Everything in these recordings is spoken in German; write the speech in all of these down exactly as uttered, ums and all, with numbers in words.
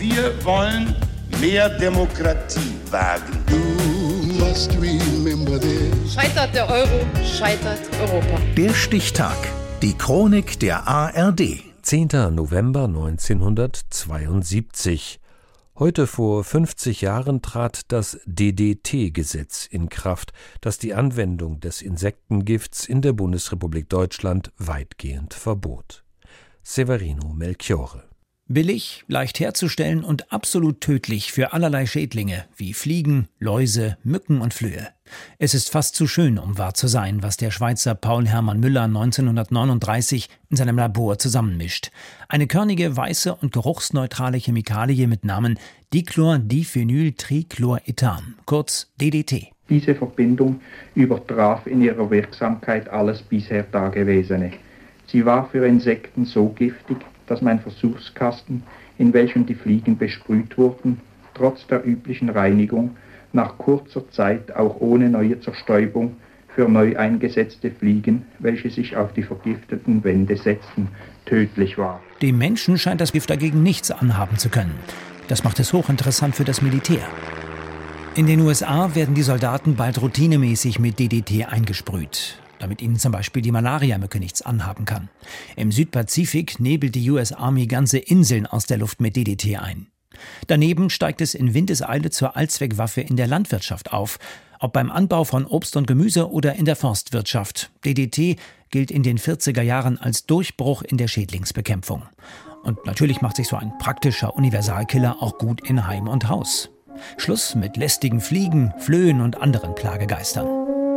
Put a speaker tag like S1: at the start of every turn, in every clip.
S1: Wir wollen mehr Demokratie wagen.
S2: You must remember this.
S3: Scheitert der Euro, scheitert Europa.
S4: Der Stichtag. Die Chronik der A R D.
S5: zehnter November neunzehnhundertzweiundsiebzig. Heute vor fünfzig Jahren trat das D D T-Gesetz in Kraft, das die Anwendung des Insektengifts in der Bundesrepublik Deutschland weitgehend verbot. Severino Melchiorre.
S6: Billig, leicht herzustellen und absolut tödlich für allerlei Schädlinge wie Fliegen, Läuse, Mücken und Flöhe. Es ist fast zu schön, um wahr zu sein, was der Schweizer Paul Hermann Müller neunzehnhundertneununddreißig in seinem Labor zusammenmischt. Eine körnige, weiße und geruchsneutrale Chemikalie mit Namen Dichlordiphenyltrichlorethan, kurz D D T.
S7: Diese Verbindung übertraf in ihrer Wirksamkeit alles bisher Dagewesene. Sie war für Insekten so giftig, dass mein Versuchskasten, in welchem die Fliegen besprüht wurden, trotz der üblichen Reinigung, nach kurzer Zeit auch ohne neue Zerstäubung für neu eingesetzte Fliegen, welche sich auf die vergifteten Wände setzten, tödlich war.
S6: Dem Menschen scheint das Gift dagegen nichts anhaben zu können. Das macht es hochinteressant für das Militär. In den U S A werden die Soldaten bald routinemäßig mit D D T eingesprüht, damit ihnen zum Beispiel die Malariamücke nichts anhaben kann. Im Südpazifik nebelt die U S Army ganze Inseln aus der Luft mit D D T ein. Daneben steigt es in Windeseile zur Allzweckwaffe in der Landwirtschaft auf, ob beim Anbau von Obst und Gemüse oder in der Forstwirtschaft. D D T gilt in den vierziger Jahren als Durchbruch in der Schädlingsbekämpfung. Und natürlich macht sich so ein praktischer Universalkiller auch gut in Heim und Haus. Schluss mit lästigen Fliegen, Flöhen und anderen Plagegeistern.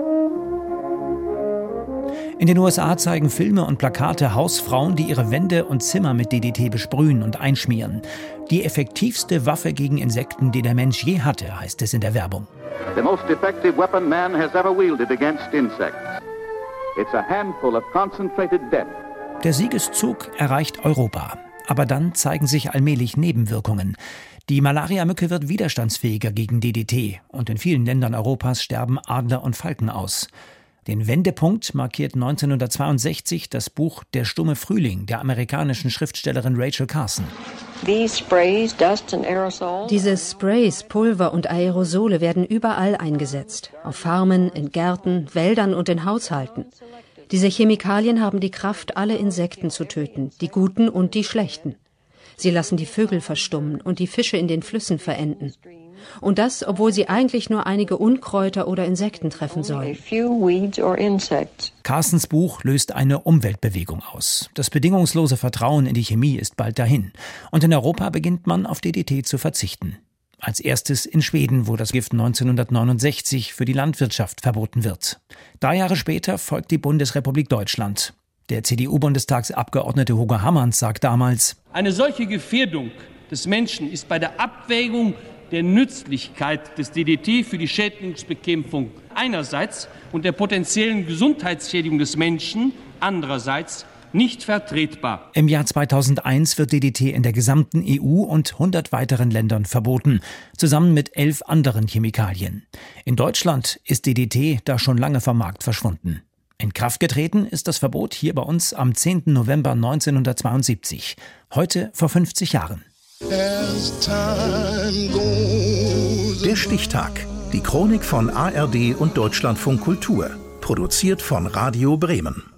S6: In den U S A zeigen Filme und Plakate Hausfrauen, die ihre Wände und Zimmer mit D D T besprühen und einschmieren. Die effektivste Waffe gegen Insekten, die der Mensch je hatte, heißt es in der Werbung.
S8: The most effective weapon man has ever wielded against insects. It's a handful of concentrated death.
S6: Der Siegeszug erreicht Europa. Aber dann zeigen sich allmählich Nebenwirkungen. Die Malariamücke wird widerstandsfähiger gegen D D T und in vielen Ländern Europas sterben Adler und Falken aus. Den Wendepunkt markiert neunzehnhundertzweiundsechzig das Buch Der stumme Frühling der amerikanischen Schriftstellerin Rachel Carson.
S9: Diese Sprays, Pulver und Aerosole werden überall eingesetzt. Auf Farmen, in Gärten, Wäldern und in Haushalten. Diese Chemikalien haben die Kraft, alle Insekten zu töten, die guten und die schlechten. Sie lassen die Vögel verstummen und die Fische in den Flüssen verenden. Und das, obwohl sie eigentlich nur einige Unkräuter oder Insekten treffen sollen.
S6: Carsons Buch löst eine Umweltbewegung aus. Das bedingungslose Vertrauen in die Chemie ist bald dahin. Und in Europa beginnt man auf D D T zu verzichten. Als erstes in Schweden, wo das Gift neunzehnhundertneunundsechzig für die Landwirtschaft verboten wird. Drei Jahre später folgt die Bundesrepublik Deutschland. Der C D U-Bundestagsabgeordnete Hugo Hammerns sagt damals:
S10: Eine solche Gefährdung des Menschen ist bei der Abwägung der Nützlichkeit des D D T für die Schädlingsbekämpfung einerseits und der potenziellen Gesundheitsschädigung des Menschen andererseits nicht vertretbar.
S6: Im Jahr zweitausendeins wird D D T in der gesamten E U und hundert weiteren Ländern verboten, zusammen mit elf anderen Chemikalien. In Deutschland ist D D T da schon lange vom Markt verschwunden. In Kraft getreten ist das Verbot hier bei uns am zehnten November neunzehnhundertzweiundsiebzig, heute vor fünfzig Jahren.
S4: Der Stichtag. Die Chronik von A R D und Deutschlandfunk Kultur. Produziert von Radio Bremen.